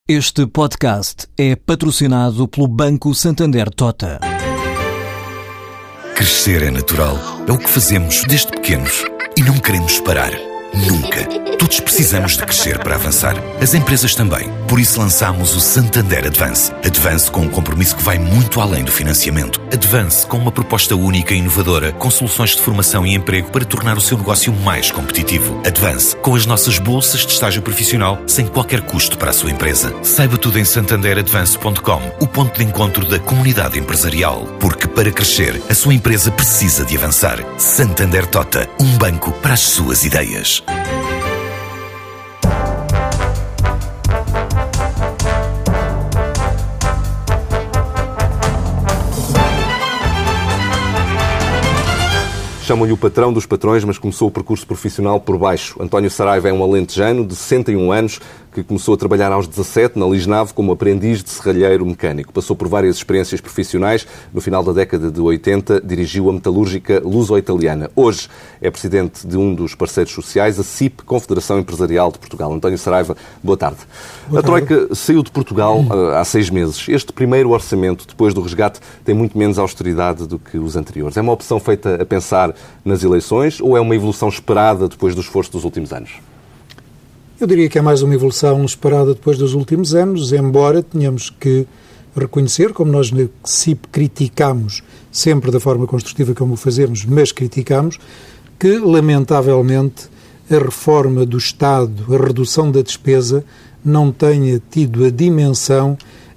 Este podcast é patrocinado pelo Banco Santander Tota. Crescer é natural. É o que fazemos desde pequenos. E não queremos parar. Nunca. Todos precisamos de crescer para avançar. As empresas também. Por isso lançámos o Santander Advance. Advance com um compromisso que vai muito além do financiamento. Advance com uma proposta única e inovadora, com soluções de formação e emprego para tornar o seu negócio mais competitivo. Advance com as nossas bolsas de estágio profissional sem qualquer custo para a sua empresa. Saiba tudo em santanderadvance.com, o ponto de encontro da comunidade empresarial. Porque para crescer, a sua empresa precisa de avançar. Santander Tota, um banco para as suas ideias. Chamam-lhe o patrão dos patrões, mas começou o percurso profissional por baixo. António Saraiva é um alentejano de 61 anos que começou a trabalhar aos 17 na Lisnave como aprendiz de serralheiro mecânico. Passou por várias experiências profissionais. No final da década de 80, dirigiu a metalúrgica luso-italiana. Hoje é presidente de um dos parceiros sociais, a CIP, Confederação Empresarial de Portugal. António Saraiva, boa tarde. A Troika saiu de Portugal há 6 meses. Este primeiro orçamento, depois do resgate, tem muito menos austeridade do que os anteriores. É uma opção feita a pensar nas eleições ou é uma evolução esperada depois do esforço dos últimos anos? Eu diria que é mais uma evolução esperada depois dos últimos anos, embora tenhamos que reconhecer, como nós na CIP criticamos, sempre da forma construtiva como o fazemos, mas criticamos, que lamentavelmente a reforma do Estado, a redução da despesa, não tenha tido a dimensão,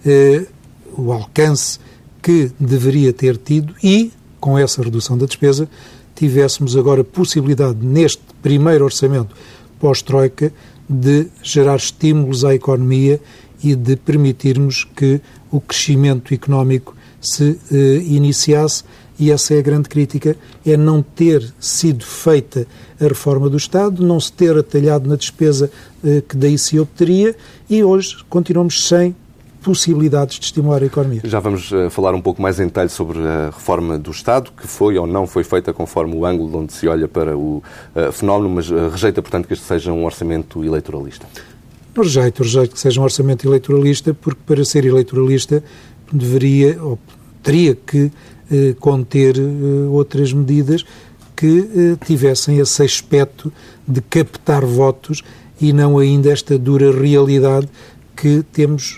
o alcance que deveria ter tido e, com essa redução da despesa, tivéssemos agora possibilidade, neste primeiro orçamento pós-Troika, de gerar estímulos à economia e de permitirmos que o crescimento económico se iniciasse. E essa é a grande crítica, é não ter sido feita a reforma do Estado, não se ter atalhado na despesa que daí se obteria e hoje continuamos sem possibilidades de estimular a economia. Já vamos falar um pouco mais em detalhe sobre a reforma do Estado, que foi ou não foi feita conforme o ângulo de onde se olha para o fenómeno, mas rejeita, portanto, que este seja um orçamento eleitoralista. Rejeito que seja um orçamento eleitoralista, porque para ser eleitoralista deveria, ou teria que conter outras medidas que tivessem esse aspecto de captar votos e não ainda esta dura realidade que temos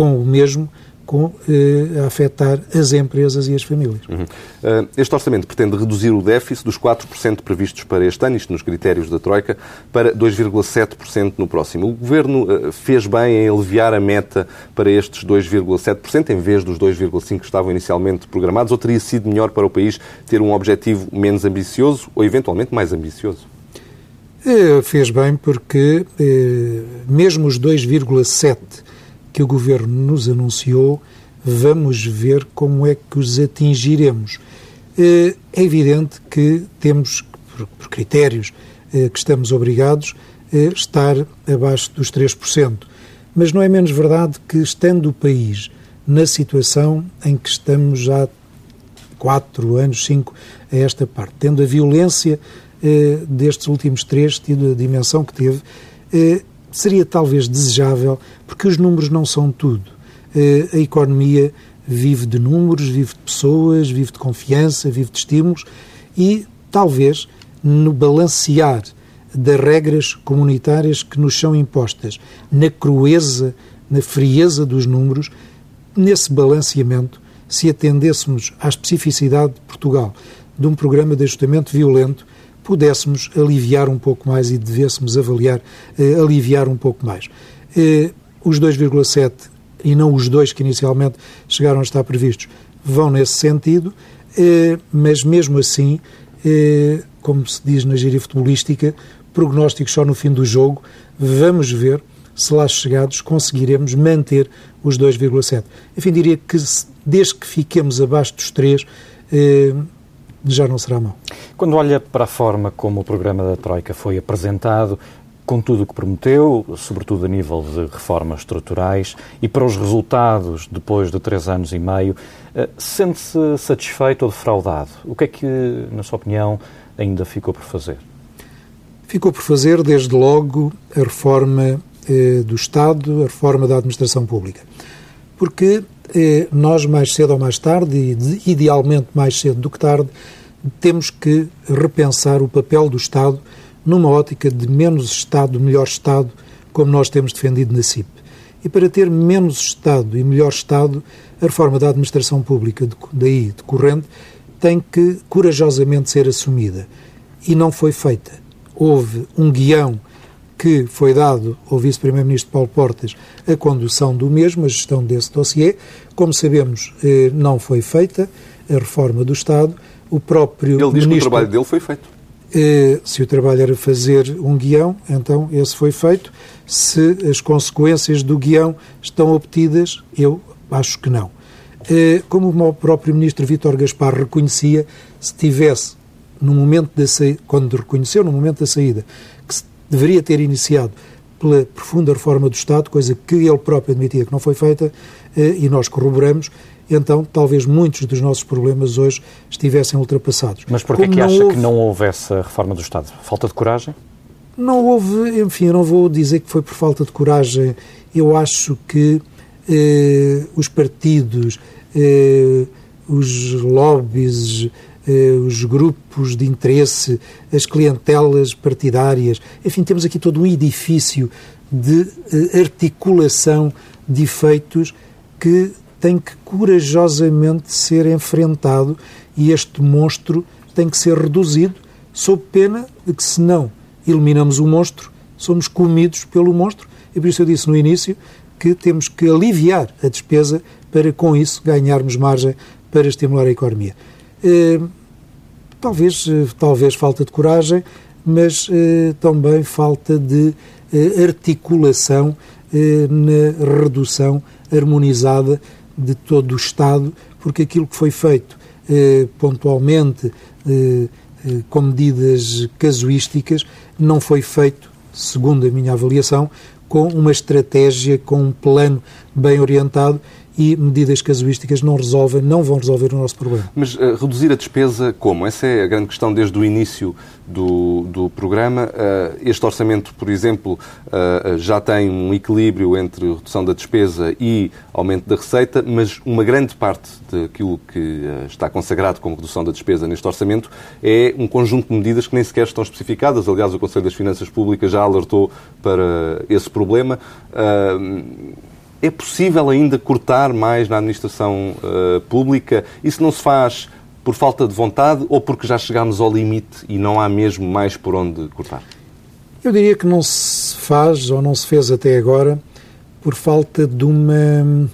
a afetar as empresas e as famílias. Este orçamento pretende reduzir o déficit dos 4% previstos para este ano, isto nos critérios da Troika, para 2,7% no próximo. O Governo fez bem em aliviar a meta para estes 2,7%, em vez dos 2,5% que estavam inicialmente programados, ou teria sido melhor para o país ter um objetivo menos ambicioso ou, eventualmente, mais ambicioso? Fez bem porque, mesmo os 2,7% que o Governo nos anunciou, vamos ver como é que os atingiremos. É evidente que temos, por critérios que estamos obrigados, estar abaixo dos 3%. Mas não é menos verdade que, estando o país na situação em que estamos há 4 anos, 5 a esta parte, tendo a violência destes últimos 3 tido a dimensão que teve, seria talvez desejável, porque os números não são tudo. A economia vive de números, vive de pessoas, vive de confiança, vive de estímulos e talvez no balancear das regras comunitárias que nos são impostas, na crueza, na frieza dos números, nesse balanceamento, se atendêssemos à especificidade de Portugal, de um programa de ajustamento violento, pudéssemos aliviar um pouco mais e devêssemos aliviar um pouco mais. Os 2,7% e não os 2% que inicialmente chegaram a estar previstos vão nesse sentido, mas mesmo assim, como se diz na gíria futebolística, prognósticos só no fim do jogo, vamos ver se lá chegados conseguiremos manter os 2,7%. Enfim, diria que desde que fiquemos abaixo dos 3%, já não será mau. Quando olha para a forma como o programa da Troika foi apresentado, com tudo o que prometeu, sobretudo a nível de reformas estruturais, e para os resultados depois de 3 anos e meio, sente-se satisfeito ou defraudado? O que é que, na sua opinião, ainda ficou por fazer? Ficou por fazer, desde logo, a reforma do Estado, a reforma da administração pública. Porque nós, mais cedo ou mais tarde, e idealmente mais cedo do que tarde, temos que repensar o papel do Estado numa ótica de menos Estado, melhor Estado, como nós temos defendido na CIP. E para ter menos Estado e melhor Estado, a reforma da administração pública daí decorrente tem que corajosamente ser assumida. E não foi feita. Houve um guião que foi dado ao Vice-Primeiro-Ministro Paulo Portas a condução do mesmo, a gestão desse dossiê. Como sabemos, não foi feita a reforma do Estado. O próprio Ele diz que o trabalho dele foi feito. Se o trabalho era fazer um guião, então esse foi feito. Se as consequências do guião estão obtidas, eu acho que não. Como o próprio Ministro Vítor Gaspar reconhecia, se tivesse, no momento da saída, quando reconheceu no momento da saída, que se deveria ter iniciado pela profunda reforma do Estado, coisa que ele próprio admitia que não foi feita, e nós corroboramos, então talvez muitos dos nossos problemas hoje estivessem ultrapassados. Mas porquê que acha que não houve essa reforma do Estado? Falta de coragem? Não houve, enfim, eu não vou dizer que foi por falta de coragem. Eu acho que os partidos, os lobbies, os grupos de interesse, as clientelas partidárias, enfim, temos aqui todo um edifício de articulação de efeitos que tem que corajosamente ser enfrentado, e este monstro tem que ser reduzido, sob pena de que, se não eliminamos o monstro, somos comidos pelo monstro. E por isso eu disse no início que temos que aliviar a despesa para, com isso, ganharmos margem para estimular a economia. Talvez falta de coragem, mas também falta de articulação na redução harmonizada de todo o Estado, porque aquilo que foi feito pontualmente com medidas casuísticas não foi feito, segundo a minha avaliação, com uma estratégia, com um plano bem orientado, e medidas casuísticas não vão resolver o nosso problema. Mas reduzir a despesa como? Essa é a grande questão desde o início do programa. Este orçamento, por exemplo, já tem um equilíbrio entre redução da despesa e aumento da receita, mas uma grande parte daquilo que está consagrado como redução da despesa neste orçamento é um conjunto de medidas que nem sequer estão especificadas. Aliás, o Conselho das Finanças Públicas já alertou para esse problema. É possível ainda cortar mais na administração pública? Isso não se faz por falta de vontade ou porque já chegámos ao limite e não há mesmo mais por onde cortar? Eu diria que não se faz ou não se fez até agora por falta de uma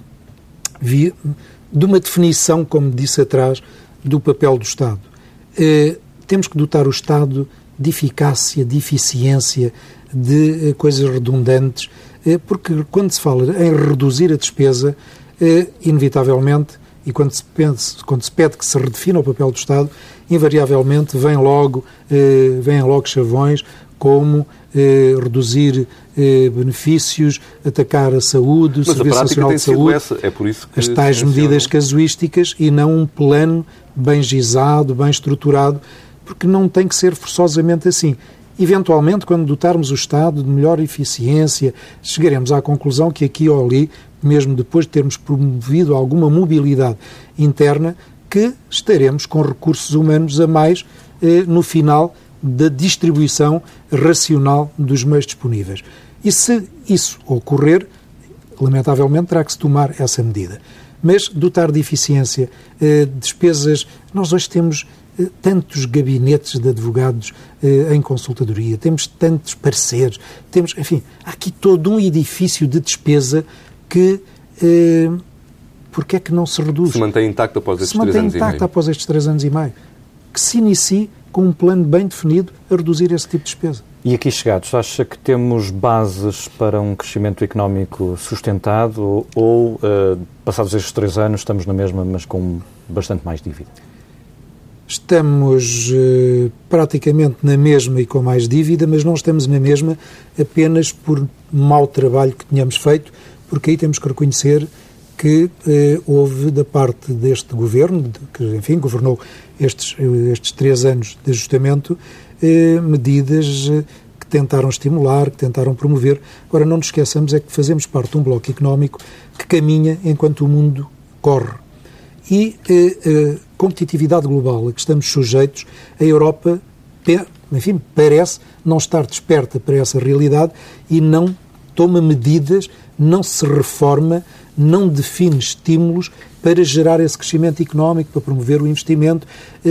definição, como disse atrás, do papel do Estado. Temos que dotar o Estado de eficácia, de eficiência, de coisas redundantes, porque quando se fala em reduzir a despesa, inevitavelmente, e quando se pede que se redefina o papel do Estado, invariavelmente vêm logo chavões como reduzir benefícios, atacar a saúde, o Serviço Nacional de Saúde, é por isso que as tais medidas casuísticas, e não um plano bem gizado, bem estruturado, porque não tem que ser forçosamente assim. Eventualmente, quando dotarmos o Estado de melhor eficiência, chegaremos à conclusão que aqui ou ali, mesmo depois de termos promovido alguma mobilidade interna, que estaremos com recursos humanos a mais no final da distribuição racional dos meios disponíveis. E se isso ocorrer, lamentavelmente terá que se tomar essa medida. Mas dotar de eficiência despesas, nós hoje temos tantos gabinetes de advogados em consultadoria, temos tantos pareceres, enfim, há aqui todo um edifício de despesa que porque é que não se reduz? Se mantém intacto após estes 3 anos e meio. Se mantém intacto após estes 3 anos e meio. Que se inicie com um plano bem definido a reduzir esse tipo de despesa. E aqui chegados, acha que temos bases para um crescimento económico sustentado ou passados estes 3 anos, estamos na mesma, mas com bastante mais dívida? Estamos praticamente na mesma e com mais dívida, mas não estamos na mesma apenas por mau trabalho que tínhamos feito, porque aí temos que reconhecer que houve da parte deste governo, que enfim governou estes 3 anos de ajustamento, medidas que tentaram estimular, que tentaram promover. Agora, não nos esqueçamos é que fazemos parte de um bloco económico que caminha enquanto o mundo corre. E a competitividade global a que estamos sujeitos, a Europa, enfim, parece não estar desperta para essa realidade e não toma medidas, não se reforma, não define estímulos para gerar esse crescimento económico, para promover o investimento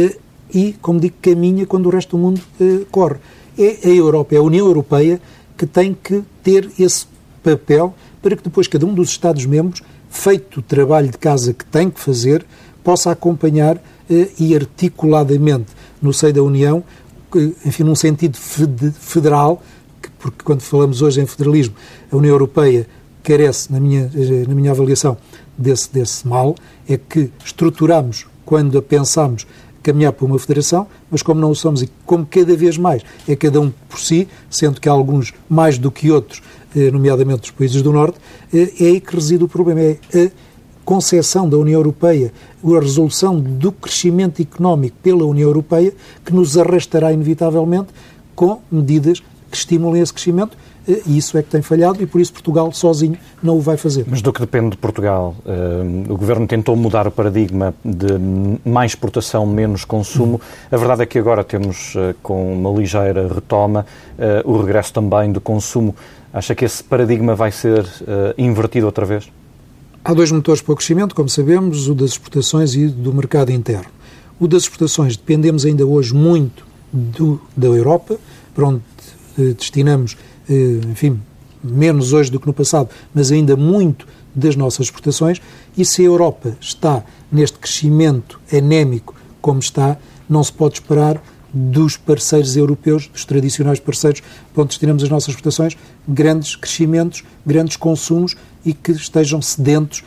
e, como digo, caminha quando o resto do mundo corre. É a Europa, é a União Europeia que tem que ter esse papel para que depois cada um dos Estados-membros, feito o trabalho de casa que tem que fazer, possa acompanhar e articuladamente no seio da União, enfim, num sentido federal, porque quando falamos hoje em federalismo, a União Europeia carece, na minha avaliação, desse mal, é que estruturamos, quando a pensamos, caminhar para uma federação, mas como não o somos e como cada vez mais é cada um por si, sendo que há alguns mais do que outros, nomeadamente dos países do Norte, é aí que reside o problema, é a concepção da União Europeia, a resolução do crescimento económico pela União Europeia, que nos arrastará inevitavelmente com medidas que estimulem esse crescimento, e isso é que tem falhado e por isso Portugal sozinho não o vai fazer. Mas do que depende de Portugal? O Governo tentou mudar o paradigma de mais exportação, menos consumo. A verdade é que agora temos, com uma ligeira retoma, o regresso também do consumo. Acha que esse paradigma vai ser invertido outra vez? Há dois motores para o crescimento, como sabemos, o das exportações e do mercado interno. O das exportações dependemos ainda hoje muito da Europa, para onde destinamos, enfim, menos hoje do que no passado, mas ainda muito das nossas exportações, e se a Europa está neste crescimento anémico como está, não se pode esperar dos parceiros europeus, dos tradicionais parceiros, para onde destinamos as nossas exportações, grandes crescimentos, grandes consumos e que estejam sedentos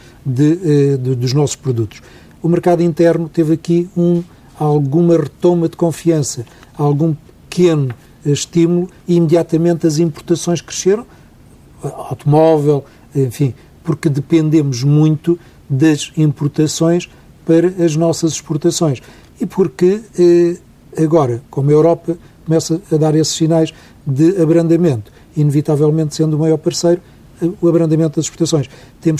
dos nossos produtos. O mercado interno teve aqui alguma retoma de confiança, algum pequeno estímulo e imediatamente as importações cresceram, automóvel, enfim, porque dependemos muito das importações para as nossas exportações. E porque agora, como a Europa começa a dar esses sinais de abrandamento, inevitavelmente sendo o maior parceiro, o abrandamento das exportações, temos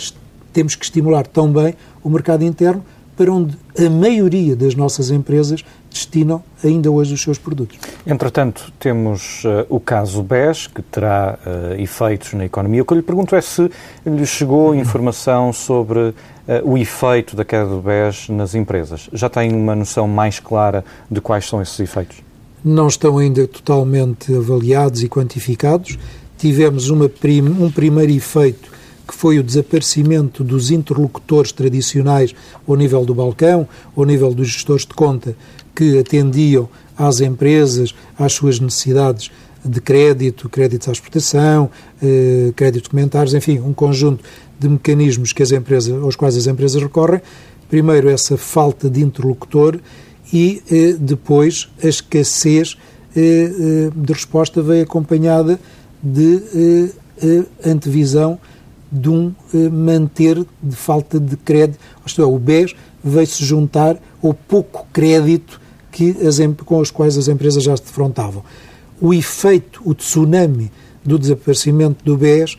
que estimular também o mercado interno, para onde a maioria das nossas empresas destinam ainda hoje os seus produtos. Entretanto, temos o caso BES, que terá efeitos na economia. O que eu lhe pergunto é se lhe chegou informação sobre o efeito da queda do BES nas empresas. Já tem uma noção mais clara de quais são esses efeitos? Não estão ainda totalmente avaliados e quantificados. Tivemos um primeiro efeito, que foi o desaparecimento dos interlocutores tradicionais ao nível do balcão, ao nível dos gestores de conta, que atendiam às empresas, às suas necessidades de créditos à exportação, créditos documentários, enfim, um conjunto de mecanismos aos quais as empresas recorrem. Primeiro, essa falta de interlocutor e depois a escassez de resposta veio acompanhada de antevisão de manter de falta de crédito, isto é, o BES veio-se juntar ao pouco crédito com os quais as empresas já se defrontavam. O efeito, o tsunami do desaparecimento do BES,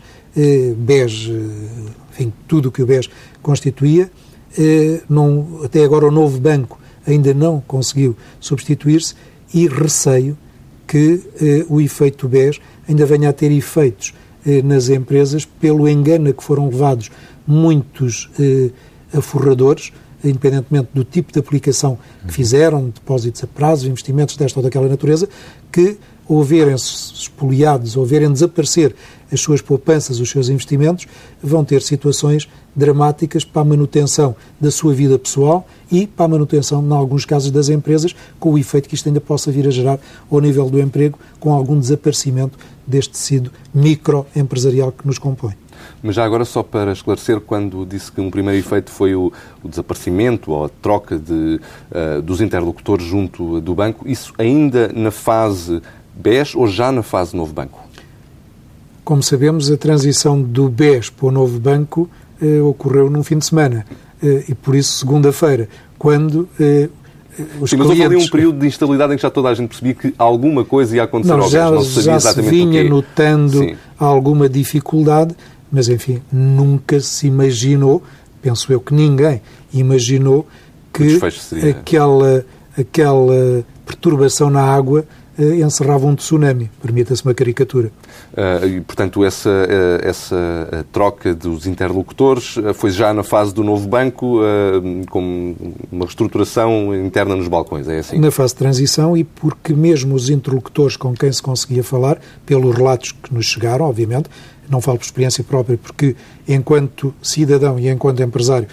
enfim, tudo o que o BES constituía, até agora o novo banco ainda não conseguiu substituir-se e receio que o efeito do BES ainda venha a ter efeitos nas empresas pelo engano a que foram levados muitos aforradores, independentemente do tipo de aplicação que fizeram, depósitos a prazo, investimentos desta ou daquela natureza, que ao verem-se espoliados, ao verem desaparecer as suas poupanças, os seus investimentos, vão ter situações dramáticas para a manutenção da sua vida pessoal e para a manutenção, em alguns casos, das empresas, com o efeito que isto ainda possa vir a gerar ao nível do emprego, com algum desaparecimento deste tecido microempresarial que nos compõe. Mas já agora, só para esclarecer, quando disse que um primeiro efeito foi o desaparecimento ou a troca dos interlocutores junto do banco, isso ainda na fase BES ou já na fase novo banco? Como sabemos, a transição do BES para o novo banco ocorreu num fim de semana e, por isso, segunda-feira, quando Sim, mas houve ali um período de instabilidade em que já toda a gente percebia que alguma coisa ia acontecer. Não, já se vinha notando alguma dificuldade, mas enfim, nunca se imaginou, penso eu que ninguém imaginou, que aquela perturbação na água encerrava um tsunami, permita-se uma caricatura. E, portanto, essa troca dos interlocutores foi já na fase do novo banco, com uma reestruturação interna nos balcões, é assim? Na fase de transição, e porque mesmo os interlocutores com quem se conseguia falar, pelos relatos que nos chegaram, obviamente, não falo por experiência própria, porque enquanto cidadão e enquanto empresário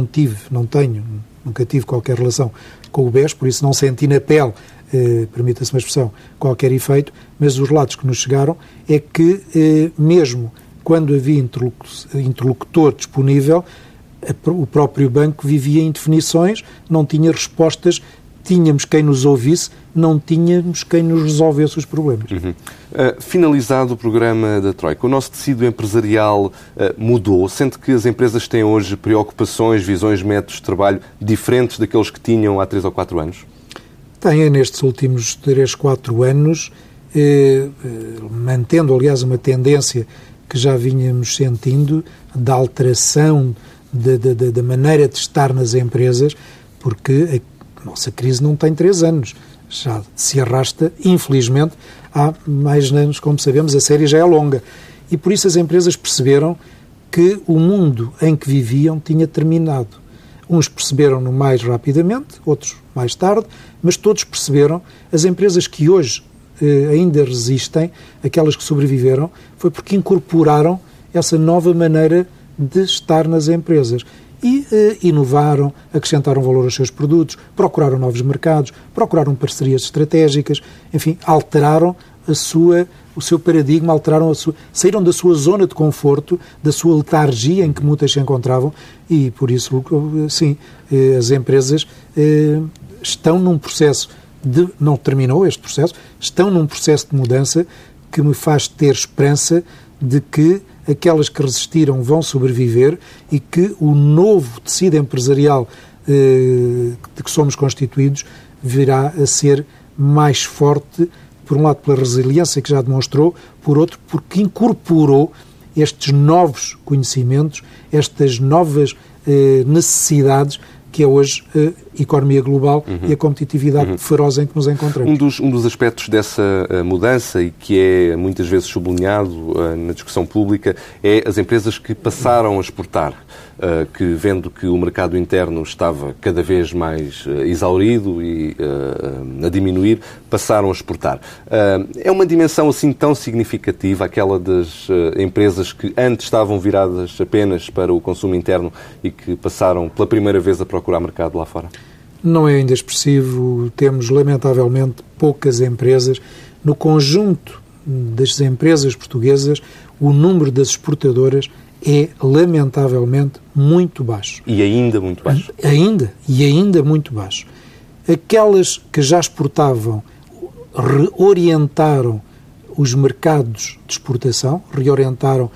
nunca tive qualquer relação com o BES, por isso não senti na pele, permita-se uma expressão, qualquer efeito, mas os relatos que nos chegaram é que, mesmo quando havia interlocutor disponível, o próprio banco vivia indefinições, não tinha respostas, tínhamos quem nos ouvisse, não tínhamos quem nos resolvesse os problemas. Finalizado o programa da Troika, o nosso tecido empresarial mudou? Sente que as empresas têm hoje preocupações, visões, métodos de trabalho diferentes daqueles que tinham há 3 ou 4 anos? Têm nestes últimos 3, 4 anos, mantendo, aliás, uma tendência que já vínhamos sentindo da alteração da maneira de estar nas empresas, porque a nossa crise não tem 3 anos, já se arrasta, infelizmente, há mais anos, como sabemos, a série já é longa. E por isso as empresas perceberam que o mundo em que viviam tinha terminado. Uns perceberam-no mais rapidamente, outros mais tarde, mas todos perceberam. As empresas que hoje ainda resistem, aquelas que sobreviveram, foi porque incorporaram essa nova maneira de estar nas empresas. E inovaram, acrescentaram valor aos seus produtos, procuraram novos mercados, procuraram parcerias estratégicas, enfim, alteraram o seu paradigma, saíram da sua zona de conforto, da sua letargia em que muitas se encontravam, e por isso, sim, as empresas estão num processo não terminou este processo, estão num processo de mudança que me faz ter esperança de que aquelas que resistiram vão sobreviver e que o novo tecido empresarial de que somos constituídos virá a ser mais forte, por um lado pela resiliência que já demonstrou, por outro porque incorporou estes novos conhecimentos, estas novas necessidades que é hoje a economia global e a competitividade feroz em que nos encontramos. Um dos aspectos dessa mudança, e que é muitas vezes sublinhado na discussão pública, é as empresas que passaram a exportar, que vendo que o mercado interno estava cada vez mais exaurido e a diminuir, passaram a exportar. É uma dimensão assim tão significativa, aquela das empresas que antes estavam viradas apenas para o consumo interno e que passaram pela primeira vez a procurar mercado lá fora? Não é ainda expressivo. Temos, lamentavelmente, poucas empresas. No conjunto das empresas portuguesas, o número das exportadoras é, lamentavelmente, muito baixo. E ainda muito baixo? Ainda muito baixo. Aquelas que já exportavam reorientaram os mercados de exportação, reorientaram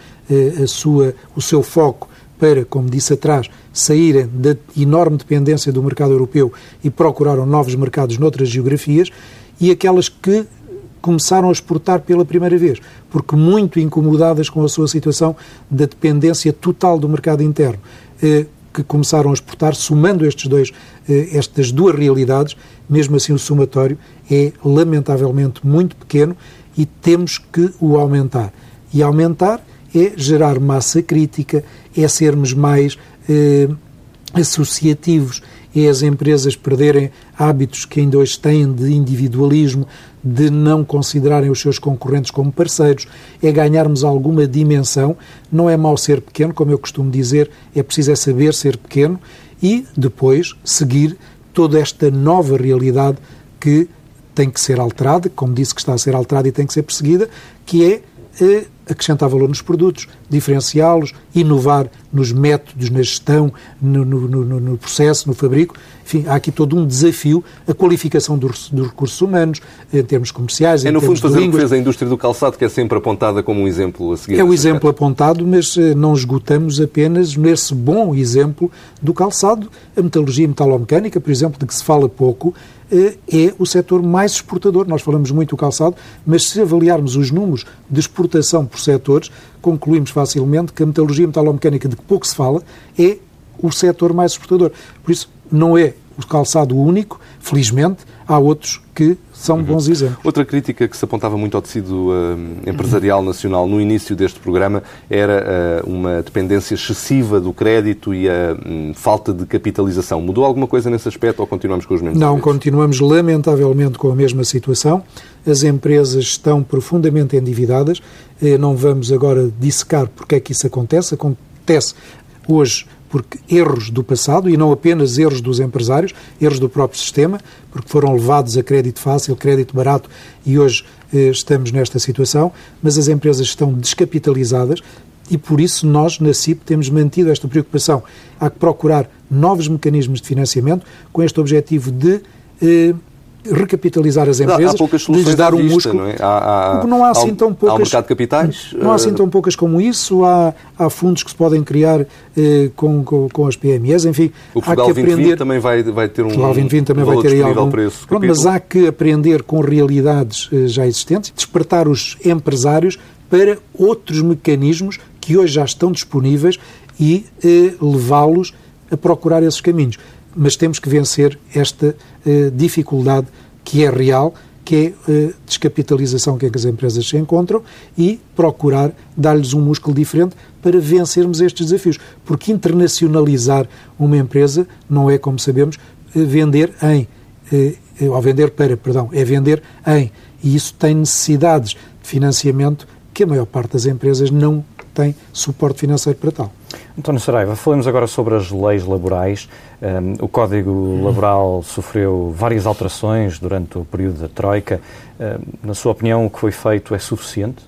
o seu foco para, como disse atrás, saírem da enorme dependência do mercado europeu e procuraram novos mercados noutras geografias, e aquelas que começaram a exportar pela primeira vez, porque muito incomodadas com a sua situação da dependência total do mercado interno, que começaram a exportar, somando estas duas realidades, mesmo assim o somatório é lamentavelmente muito pequeno e temos que o aumentar. E aumentar é gerar massa crítica, é sermos mais associativos, é as empresas perderem hábitos que ainda hoje têm de individualismo, de não considerarem os seus concorrentes como parceiros, é ganharmos alguma dimensão. Não é mau ser pequeno, como eu costumo dizer, é preciso saber ser pequeno e depois seguir toda esta nova realidade que tem que ser alterada, como disse que está a ser alterada e tem que ser perseguida, que é acrescentar valor nos produtos, diferenciá-los, inovar nos métodos, na gestão, no processo, no fabrico. Enfim, há aqui todo um desafio, a qualificação dos recursos humanos, em termos comerciais, em termos de línguas. É, no fundo, fazer o que fez a indústria do calçado, que é sempre apontada como um exemplo a seguir. É o exemplo apontado, mas não esgotamos apenas nesse bom exemplo do calçado. A metalurgia e metalomecânica, por exemplo, de que se fala pouco, é o setor mais exportador. Nós falamos muito do calçado, mas se avaliarmos os números de exportação por setores, concluímos facilmente que a metalurgia e metalomecânica, de que pouco se fala, é o setor mais exportador. Por isso, não é o calçado único, felizmente, há outros que são bons exemplos. Outra crítica que se apontava muito ao tecido empresarial nacional no início deste programa era uma dependência excessiva do crédito e a falta de capitalização. Mudou alguma coisa nesse aspecto ou continuamos com os mesmos Não, efeitos? continuamos lamentavelmente com a mesma situação. As empresas estão profundamente endividadas. Não vamos agora dissecar porque é que isso acontece. Acontece hoje porque erros do passado, e não apenas erros dos empresários, erros do próprio sistema, porque foram levados a crédito fácil, crédito barato, e hoje estamos nesta situação, mas as empresas estão descapitalizadas e por isso nós, na CIP, temos mantido esta preocupação. Há que procurar novos mecanismos de financiamento com este objetivo de recapitalizar as empresas, há poucas de soluções lhes dar um vista, músculo. Não é? Não há assim tão poucas. Há o mercado de capitais? Não há assim tão poucas como isso. Há fundos que se podem criar com as PMEs, enfim. O Portugal há que 2020 aprender. também vai ter um Portugal 2020 também vai valor ter aí disponível algum. para esse Pronto, mas há que aprender com realidades já existentes, despertar os empresários para outros mecanismos que hoje já estão disponíveis e levá-los a procurar esses caminhos. Mas temos que vencer esta dificuldade que é real, que é a descapitalização que as empresas se encontram e procurar dar-lhes um músculo diferente para vencermos estes desafios. Porque internacionalizar uma empresa não é, como sabemos, vender em, é vender em. E isso tem necessidades de financiamento que a maior parte das empresas não tem suporte financeiro para tal. António Saraiva, falemos agora sobre as leis laborais. O Código Laboral sofreu várias alterações durante o período da Troika. Na sua opinião, o que foi feito é suficiente?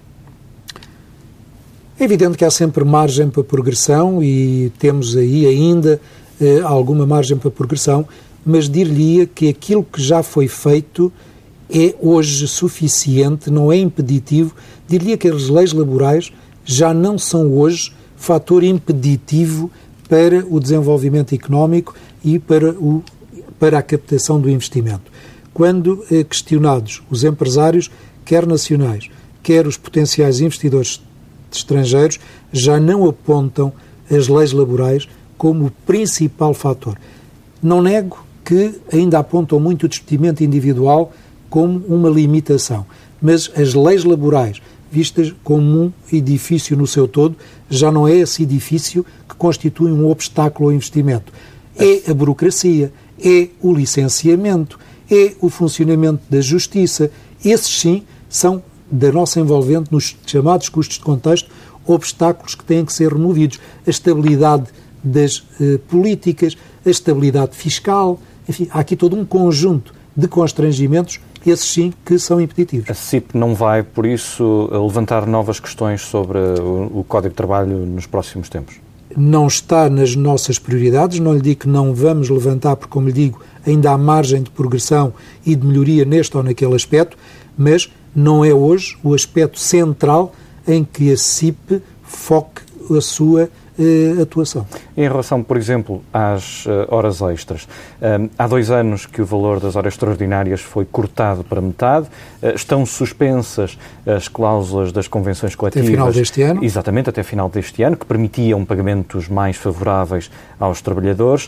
É evidente que há sempre margem para progressão e temos aí ainda alguma margem para progressão, mas dir-lhe-ia que aquilo que já foi feito é hoje suficiente, não é impeditivo. Dir-lhe-ia que as leis laborais já não são hoje fator impeditivo para o desenvolvimento económico e para a captação do investimento. Quando questionados os empresários, quer nacionais, quer os potenciais investidores estrangeiros, já não apontam as leis laborais como o principal fator. Não nego que ainda apontam muito o despedimento individual como uma limitação, mas as leis laborais, vistas como um edifício no seu todo, já não é esse edifício que constitui um obstáculo ao investimento. É a burocracia, é o licenciamento, é o funcionamento da justiça. Esses, sim, são, da nossa envolvente, nos chamados custos de contexto, obstáculos que têm que ser removidos. A estabilidade das políticas, a estabilidade fiscal, enfim, há aqui todo um conjunto de constrangimentos, esses sim que são impeditivos. A CIP não vai, por isso, levantar novas questões sobre o Código de Trabalho nos próximos tempos? Não está nas nossas prioridades, não lhe digo que não vamos levantar, porque, como lhe digo, ainda há margem de progressão e de melhoria neste ou naquele aspecto, mas não é hoje o aspecto central em que a CIP foque a sua atuação. Em relação, por exemplo, às horas extras, há 2 anos que o valor das horas extraordinárias foi cortado para metade, estão suspensas as cláusulas das convenções coletivas. Até final deste ano? Exatamente, até final deste ano, que permitiam pagamentos mais favoráveis aos trabalhadores.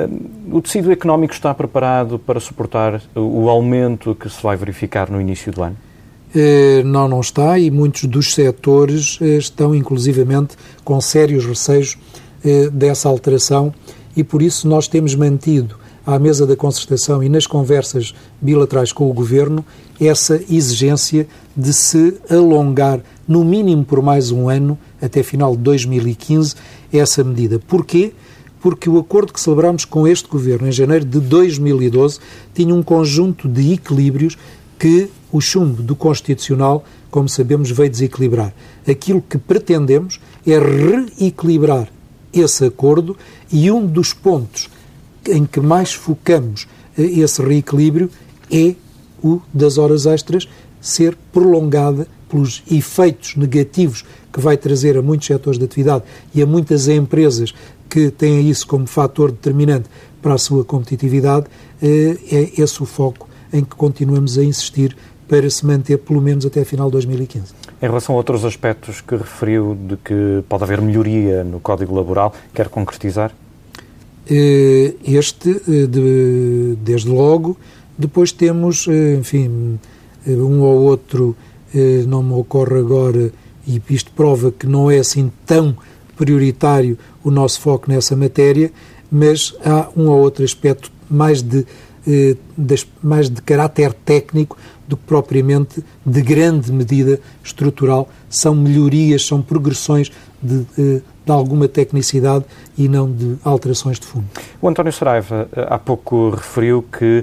O tecido económico está preparado para suportar o aumento que se vai verificar no início do ano? Não está, e muitos dos setores estão inclusivamente com sérios receios dessa alteração, e por isso nós temos mantido à mesa da concertação e nas conversas bilaterais com o Governo essa exigência de se alongar no mínimo por mais um ano, até final de 2015, essa medida. Porquê? Porque o acordo que celebramos com este Governo em janeiro de 2012 tinha um conjunto de equilíbrios que o chumbo do Constitucional como sabemos, veio desequilibrar. Aquilo que pretendemos é reequilibrar esse acordo e um dos pontos em que mais focamos esse reequilíbrio é o das horas extras ser prolongada pelos efeitos negativos que vai trazer a muitos setores de atividade e a muitas empresas que têm isso como fator determinante para a sua competitividade. É esse o foco em que continuamos a insistir para se manter pelo menos até a final de 2015. Em relação a outros aspectos que referiu de que pode haver melhoria no Código Laboral, quer concretizar? Desde logo. Depois temos, enfim, um ou outro, não me ocorre agora, e isto prova que não é assim tão prioritário o nosso foco nessa matéria, mas há um ou outro aspecto mais de caráter técnico do que propriamente de grande medida estrutural. São melhorias, são progressões de alguma tecnicidade e não de alterações de fundo. O António Saraiva há pouco referiu que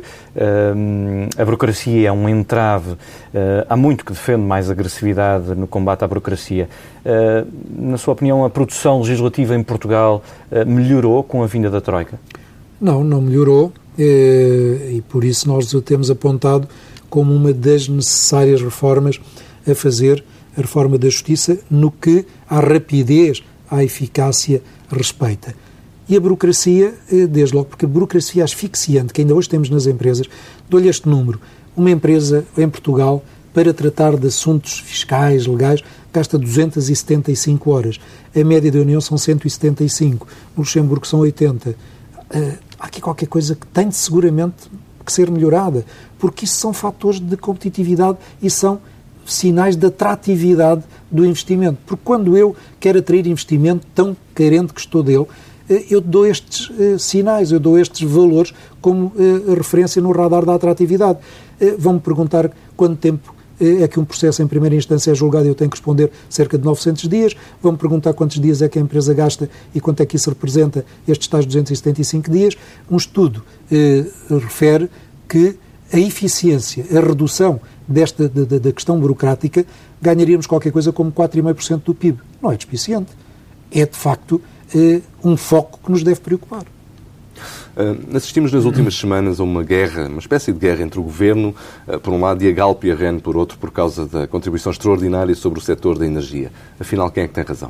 a burocracia é um entrave. Há muito que defende mais agressividade no combate à burocracia. Na sua opinião, a produção legislativa em Portugal melhorou com a vinda da Troika? Não melhorou, e por isso nós o temos apontado como uma das necessárias reformas a fazer, a reforma da Justiça, no que à rapidez, à eficácia respeita. E a burocracia, desde logo, porque a burocracia asfixiante que ainda hoje temos nas empresas, dou-lhe este número: uma empresa em Portugal, para tratar de assuntos fiscais, legais, gasta 275 horas. A média da União são 175, no Luxemburgo são 80. Há aqui qualquer coisa que tem seguramente que ser melhorada, porque isso são fatores de competitividade e são sinais de atratividade do investimento. Porque quando eu quero atrair investimento, tão carente que estou dele, eu dou estes sinais, eu dou estes valores como referência no radar da atratividade. Vão-me perguntar quanto tempo é que um processo em primeira instância é julgado e eu tenho que responder cerca de 900 dias. Vão-me perguntar quantos dias é que a empresa gasta e quanto é que isso representa estes tais 275 dias. Um estudo refere que a eficiência, a redução da questão burocrática, ganharíamos qualquer coisa como 4,5% do PIB. Não é despiciente. É, de facto, um foco que nos deve preocupar. Assistimos nas últimas semanas a uma espécie de guerra entre o Governo, por um lado, e a Galp e a REN, por outro, por causa da contribuição extraordinária sobre o setor da energia. Afinal, quem é que tem razão?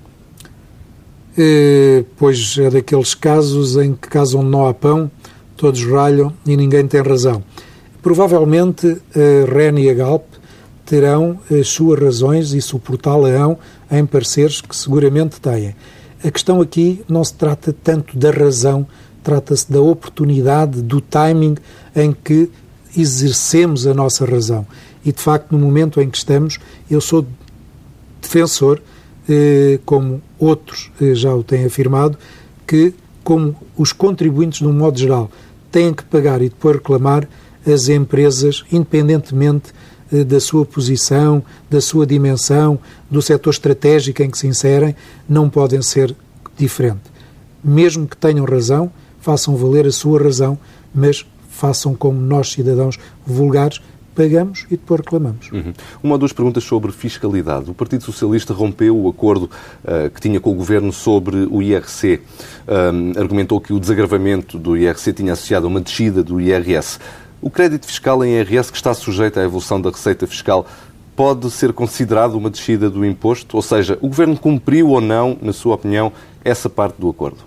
Pois é daqueles casos em que caso onde não há pão, todos ralham e ninguém tem razão. Provavelmente a REN e a Galp terão as suas razões e suportá-la-ão em pareceres que seguramente têm. A questão aqui não se trata tanto da razão, trata-se da oportunidade, do timing em que exercemos a nossa razão. E, de facto, no momento em que estamos, eu sou defensor, como outros já o têm afirmado, que, como os contribuintes, de um modo geral, têm que pagar e depois reclamar, as empresas, independentemente da sua posição, da sua dimensão, do setor estratégico em que se inserem, não podem ser diferente. Mesmo que tenham razão, façam valer a sua razão, mas façam como nós, cidadãos vulgares, pagamos e depois reclamamos. Uma ou duas perguntas sobre fiscalidade. O Partido Socialista rompeu o acordo que tinha com o Governo sobre o IRC. Argumentou que o desagravamento do IRC tinha associado a uma descida do IRS. O crédito fiscal em IRS, que está sujeito à evolução da receita fiscal, pode ser considerado uma descida do imposto? Ou seja, o Governo cumpriu ou não, na sua opinião, essa parte do acordo?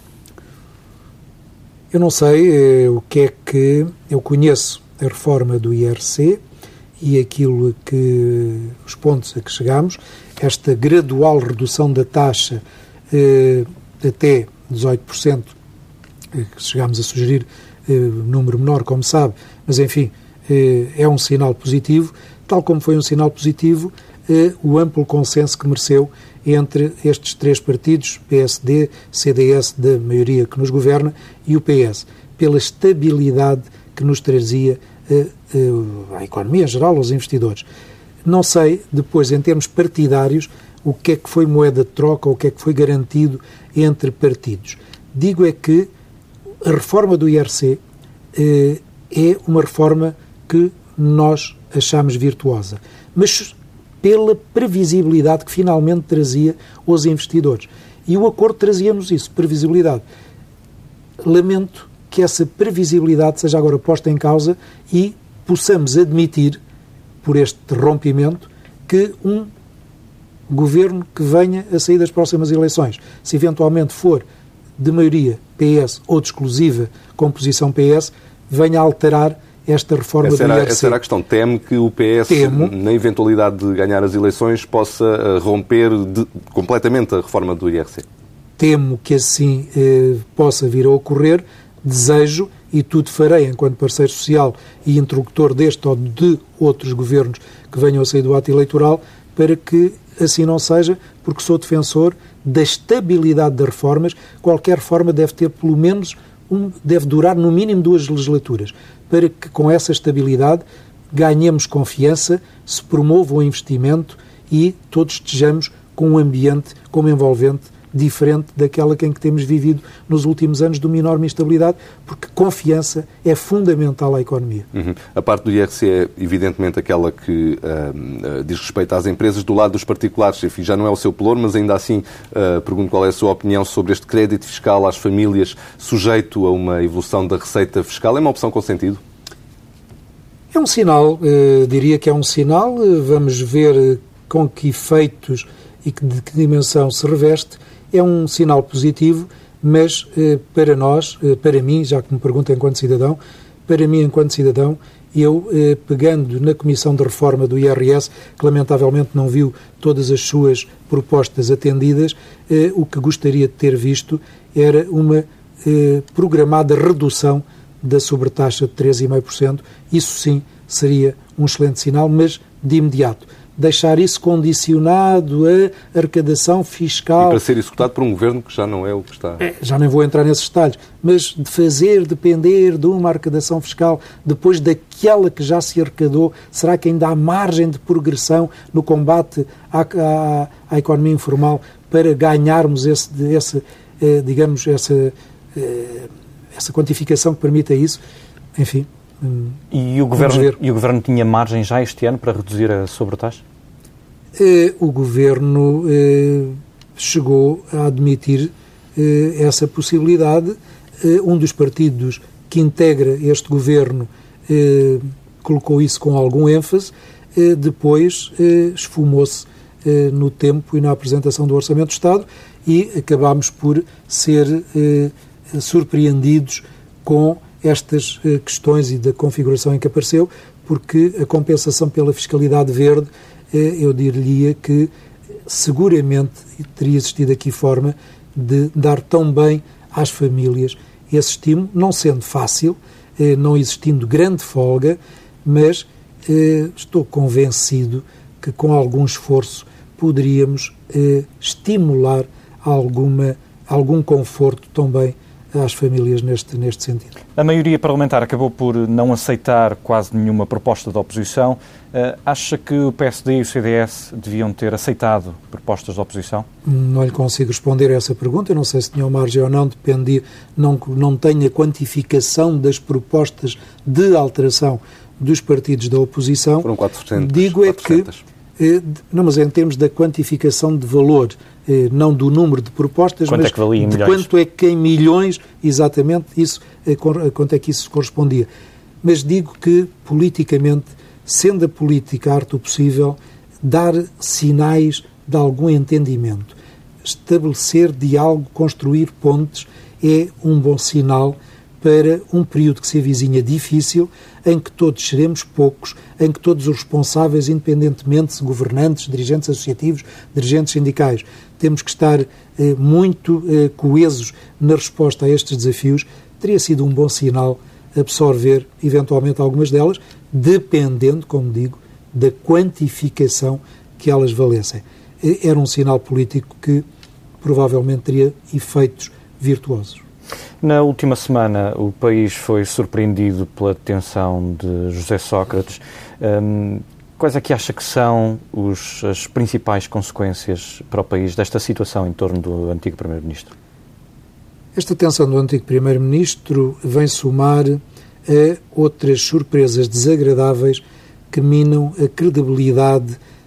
Eu não sei o que é que... Eu conheço a reforma do IRC e aquilo que... os pontos a que chegamos, esta gradual redução da taxa até 18%, que chegámos a sugerir número menor, como sabe, mas enfim, é um sinal positivo, tal como foi um sinal positivo o amplo consenso que mereceu entre estes três partidos, PSD, CDS, da maioria que nos governa, e o PS, pela estabilidade que nos trazia à economia em geral, aos investidores. Não sei, depois, em termos partidários, o que é que foi moeda de troca ou o que é que foi garantido entre partidos. Digo é que a reforma do IRC é uma reforma que nós achamos virtuosa. Mas pela previsibilidade que finalmente trazia aos investidores. E o acordo trazia-nos isso, previsibilidade. Lamento que essa previsibilidade seja agora posta em causa e possamos admitir, por este rompimento, que um governo que venha a sair das próximas eleições, se eventualmente for de maioria PS ou de exclusiva composição PS, venha a alterar esta reforma do IRC. Essa era a questão. Teme que o PS, na eventualidade de ganhar as eleições, possa romper completamente a reforma do IRC? Temo que assim possa vir a ocorrer. Desejo, e tudo farei enquanto parceiro social e interlocutor deste ou de outros governos que venham a sair do ato eleitoral, para que assim não seja, porque sou defensor da estabilidade das reformas. Qualquer reforma deve ter pelo menos, deve durar no mínimo 2 legislaturas, para que com essa estabilidade ganhemos confiança, se promova o investimento e todos estejamos com um ambiente como envolvente diferente daquela em que temos vivido nos últimos anos de uma enorme instabilidade, porque confiança é fundamental à economia. A parte do IRC é evidentemente aquela que diz respeito às empresas. Do lado dos particulares, enfim, já não é o seu pelouro, mas ainda assim pergunto qual é a sua opinião sobre este crédito fiscal às famílias sujeito a uma evolução da receita fiscal. É uma opção com sentido? É um sinal, diria que é um sinal. Vamos ver com que efeitos e de que dimensão se reveste. É um sinal positivo, mas para nós, para mim, já que me pergunta enquanto cidadão, para mim enquanto cidadão, eu, pegando na Comissão de Reforma do IRS, que lamentavelmente não viu todas as suas propostas atendidas, o que gostaria de ter visto era uma programada redução da sobretaxa de 3,5%. Isso sim seria um excelente sinal, mas de imediato. Deixar isso condicionado à arrecadação fiscal. E para ser executado por um governo que já não é o que está... Já nem vou entrar nesses detalhes, mas de fazer depender de uma arrecadação fiscal depois daquela que já se arrecadou, será que ainda há margem de progressão no combate à economia informal para ganharmos essa quantificação que permita isso? Enfim... E o Governo tinha margem já este ano para reduzir a sobretaxa? O Governo chegou a admitir essa possibilidade. Um dos partidos que integra este Governo colocou isso com algum ênfase, depois esfumou-se no tempo e na apresentação do Orçamento do Estado e acabámos por ser surpreendidos com estas questões e da configuração em que apareceu, porque a compensação pela fiscalidade verde, eu diria que seguramente teria existido aqui forma de dar tão bem às famílias esse estímulo, não sendo fácil, não existindo grande folga, mas estou convencido que com algum esforço poderíamos estimular algum conforto também às famílias neste sentido. A maioria parlamentar acabou por não aceitar quase nenhuma proposta da oposição. Acha que o PSD e o CDS deviam ter aceitado propostas da oposição? Não lhe consigo responder a essa pergunta. Eu não sei se tinham margem ou não, dependia. Não tenho a quantificação das propostas de alteração dos partidos da oposição. Foram 400. Digo 400. Não, mas em termos da quantificação de valor, não do número de propostas, quanto mas é que valia em de milhões? Quanto é que em milhões, exatamente, quanto é que isso correspondia. Mas digo que, politicamente, sendo a política a arte do possível, dar sinais de algum entendimento, estabelecer diálogo, construir pontes, é um bom sinal para um período que se avizinha difícil, em que todos seremos poucos, em que todos os responsáveis, independentemente de governantes, dirigentes associativos, dirigentes sindicais, temos que estar muito coesos na resposta a estes desafios. Teria sido um bom sinal absorver, eventualmente, algumas delas, dependendo, como digo, da quantificação que elas valessem. Era um sinal político que provavelmente teria efeitos virtuosos. Na última semana, o país foi surpreendido pela detenção de José Sócrates. Quais é que acha que são as principais consequências para o país desta situação em torno do antigo Primeiro-Ministro? Esta detenção do antigo Primeiro-Ministro vem somar a outras surpresas desagradáveis que minam a credibilidade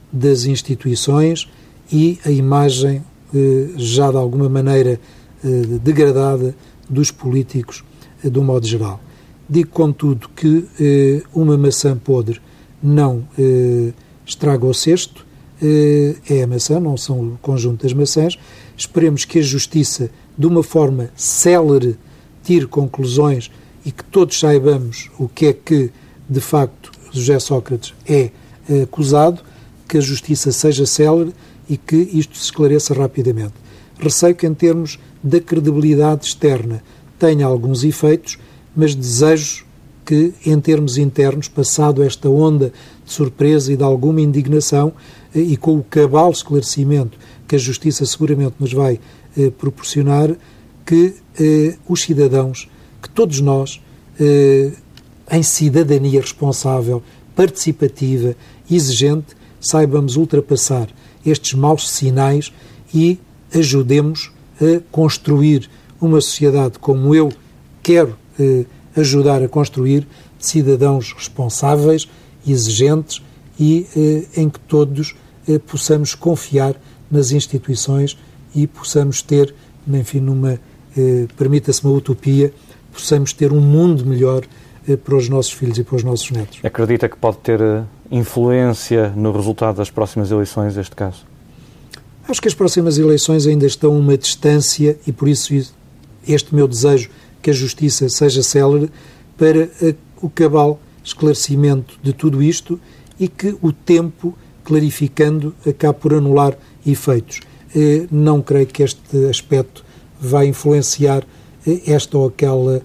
das instituições e a imagem já de alguma maneira degradada dos políticos de um modo geral. Digo, contudo, que uma maçã podre não estraga o cesto, é a maçã, não são o conjunto das maçãs. Esperemos que a Justiça, de uma forma célere, tire conclusões e que todos saibamos o que é que, de facto, José Sócrates é acusado, que a Justiça seja célere e que isto se esclareça rapidamente. Receio que, em termos da credibilidade externa, tenha alguns efeitos, mas desejo que, em termos internos, passado esta onda de surpresa e de alguma indignação, e com o cabal esclarecimento que a Justiça seguramente nos vai proporcionar, que os cidadãos, que todos nós, em cidadania responsável, participativa, exigente, saibamos ultrapassar estes maus sinais e ajudemos a construir uma sociedade como eu quero ajudar a construir, de cidadãos responsáveis, exigentes e em que todos possamos confiar nas instituições e possamos ter, enfim, permita-se uma utopia, possamos ter um mundo melhor para os nossos filhos e para os nossos netos. Acredita que pode ter influência no resultado das próximas eleições, neste caso? Acho que as próximas eleições ainda estão a uma distância e por isso este meu desejo que a Justiça seja célere para o cabal esclarecimento de tudo isto e que o tempo, clarificando, acabe por anular efeitos. Não creio que este aspecto vai influenciar esta ou aquela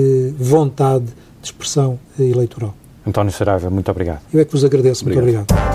vontade de expressão eleitoral. António Saraiva, muito obrigado. Eu é que vos agradeço. Muito obrigado.